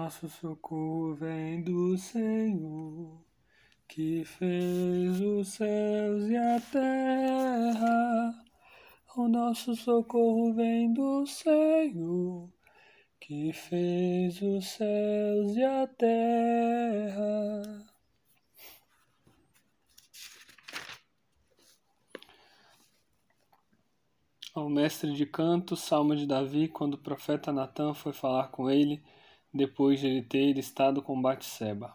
nosso socorro vem do Senhor, que fez os céus e a terra. O nosso socorro vem do Senhor, que fez os céus e a terra. Ao mestre de canto, Salmo de Davi, quando o profeta Natã foi falar com ele, depois de ele ter estado com Batseba.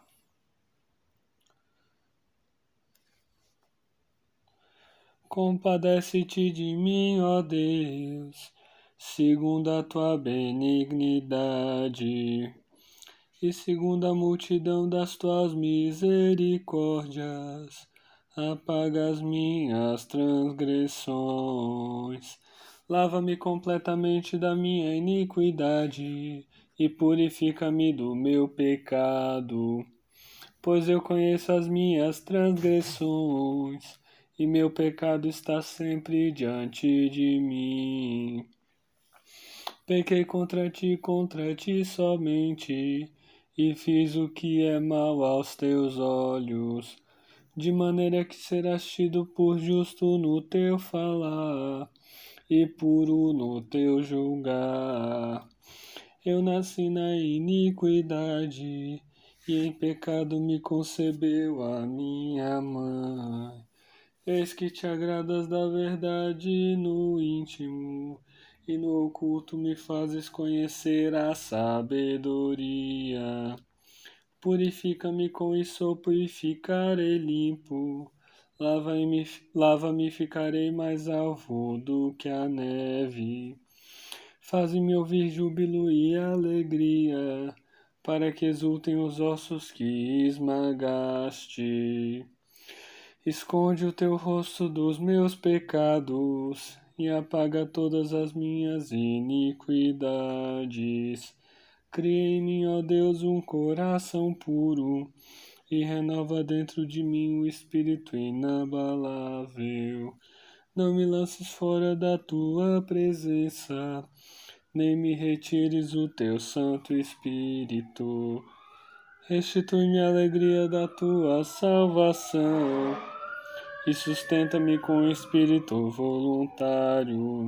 Compadece-te de mim, ó Deus, segundo a tua benignidade, e segundo a multidão das tuas misericórdias, apaga as minhas transgressões. Lava-me completamente da minha iniquidade e purifica-me do meu pecado, pois eu conheço as minhas transgressões e meu pecado está sempre diante de mim. Pequei contra ti somente, e fiz o que é mal aos teus olhos, de maneira que serás tido por justo no teu falar e puro no teu julgar. Eu nasci na iniquidade, e em pecado me concebeu a minha mãe. Eis que te agradas da verdade no íntimo, e no oculto me fazes conhecer a sabedoria. Purifica-me com hisopo e ficarei limpo. Lava-me e ficarei mais alvo do que a neve. Faze-me ouvir júbilo e alegria, para que exultem os ossos que esmagaste. Esconde o teu rosto dos meus pecados e apaga todas as minhas iniquidades. Cria em mim, ó Deus, um coração puro e renova dentro de mim o espírito inabalável. Não me lances fora da tua presença, nem me retires o teu Santo Espírito. Restitui-me a alegria da tua salvação e sustenta-me com espírito voluntário.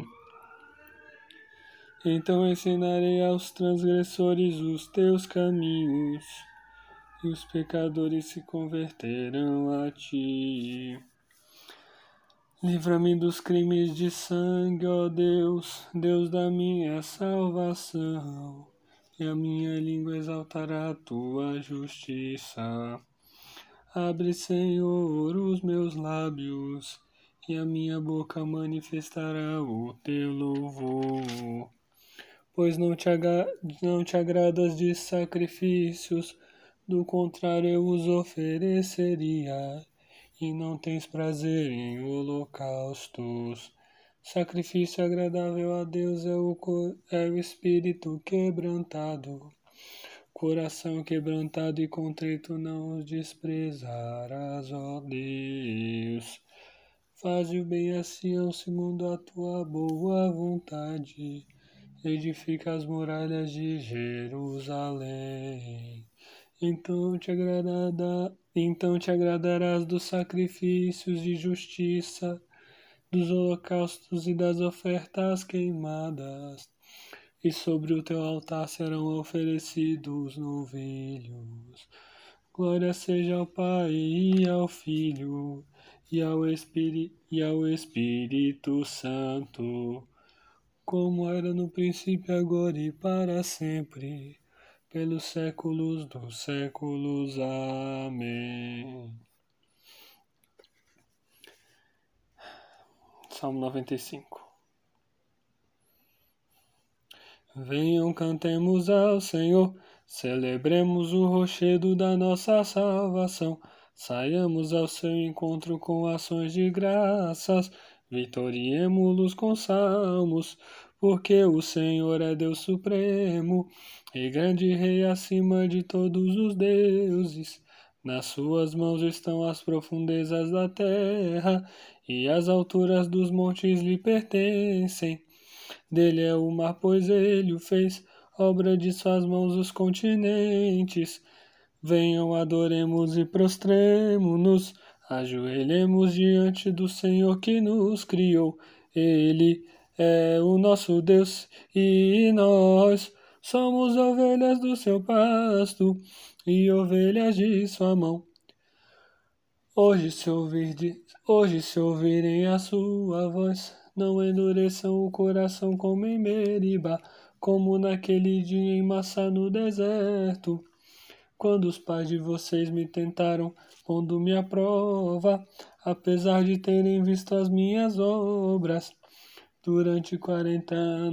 Então ensinarei aos transgressores os teus caminhos, e os pecadores se converterão a ti. Livra-me dos crimes de sangue, ó Deus, Deus da minha salvação, e a minha língua exaltará a tua justiça. Abre, Senhor, os meus lábios, e a minha boca manifestará o teu louvor. Pois não te agradas de sacrifícios, do contrário eu os ofereceria, e não tens prazer em holocaustos. Sacrifício agradável a Deus é o espírito quebrantado. Coração quebrantado e contrito não os desprezarás, ó Deus. Faze o bem a Sião segundo a tua boa vontade. Edifica as muralhas de Jerusalém. Então te agradarás dos sacrifícios de justiça, dos holocaustos e das ofertas queimadas, e sobre o teu altar serão oferecidos novilhos. Glória seja ao Pai e ao Filho e ao Espírito Santo, como era no princípio, agora e para sempre, pelos séculos dos séculos. Amém. Salmo 95. Venham, cantemos ao Senhor, celebremos o rochedo da nossa salvação, saiamos ao seu encontro com ações de graças, vitoriemo-los com salmos, porque o Senhor é Deus supremo, e grande Rei acima de todos os deuses. Nas suas mãos estão as profundezas da terra, e as alturas dos montes lhe pertencem. Dele é o mar, pois ele o fez, obra de suas mãos os continentes. Venham, adoremos e prostremo-nos, ajoelhemos diante do Senhor que nos criou. Ele é o nosso Deus e nós somos ovelhas do seu pasto e ovelhas de sua mão. Hoje se ouvirem a sua voz, não endureçam o coração como em Meribá, como naquele dia em Massá no deserto, quando os pais de vocês me tentaram, pondo-me à prova, apesar de terem visto as minhas obras. Durante 40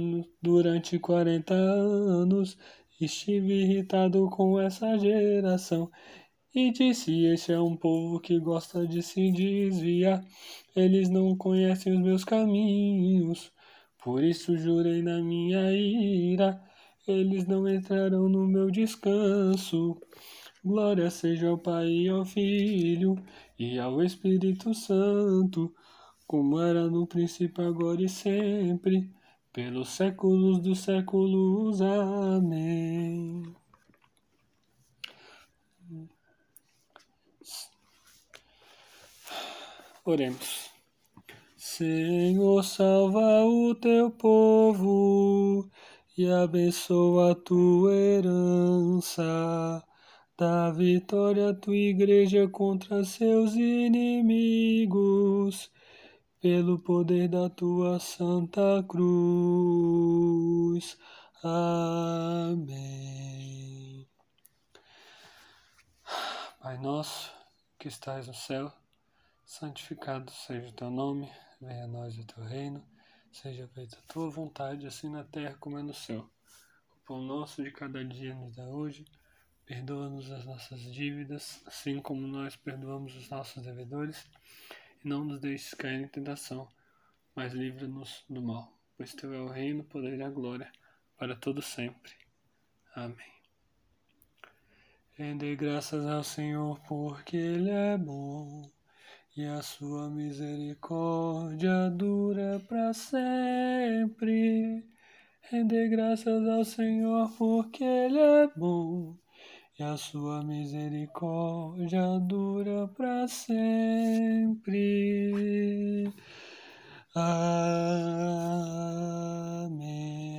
anos, estive irritado com essa geração. E disse, este é um povo que gosta de se desviar. Eles não conhecem os meus caminhos. Por isso jurei na minha ira, eles não entrarão no meu descanso. Glória seja ao Pai e ao Filho e ao Espírito Santo, como era no princípio, agora e sempre, pelos séculos dos séculos. Amém. Oremos. Senhor, salva o teu povo e abençoa a tua herança. Dá vitória à tua igreja contra seus inimigos, pelo poder da tua santa cruz. Amém. Pai nosso, que estais no céu, santificado seja o teu nome, venha a nós o teu reino, seja feita a tua vontade, assim na terra como é no céu. O pão nosso de cada dia nos dá hoje, perdoa-nos as nossas dívidas, assim como nós perdoamos os nossos devedores, e não nos deixes cair em tentação, mas livra-nos do mal, pois teu é o reino, o poder e a glória, para todo sempre. Amém. Rende graças ao Senhor, porque Ele é bom, e a sua misericórdia dura para sempre. Rende graças ao Senhor, porque Ele é bom, e a sua misericórdia dura para sempre. Amém.